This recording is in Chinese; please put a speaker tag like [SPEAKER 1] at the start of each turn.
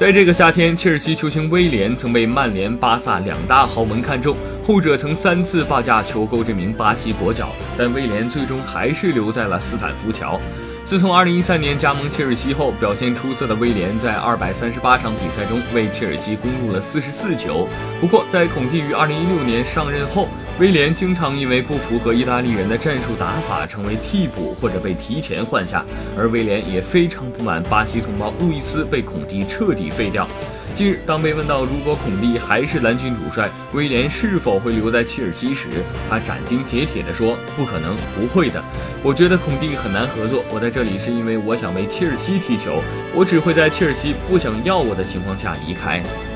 [SPEAKER 1] 在这个夏天，切尔西球星威廉曾被曼联、巴萨两大豪门看中，后者曾3次报价求购这名巴西国脚，但威廉最终还是留在了斯坦福桥。自从2013年加盟切尔西后，表现出色的威廉在238场比赛中为切尔西攻入了44球。不过，在孔蒂于2016年上任后，威廉经常因为不符合意大利人的战术打法，成为替补或者被提前换下。而威廉也非常不满巴西同胞路易斯被孔蒂彻底废掉。近日，当被问到如果孔蒂还是蓝军主帅，威廉是否会留在切尔西时，他斩钉截铁地说：“不可能，不会的。我觉得孔蒂很难合作。我在这里是因为我想为切尔西踢球，我只会在切尔西不想要我的情况下离开。”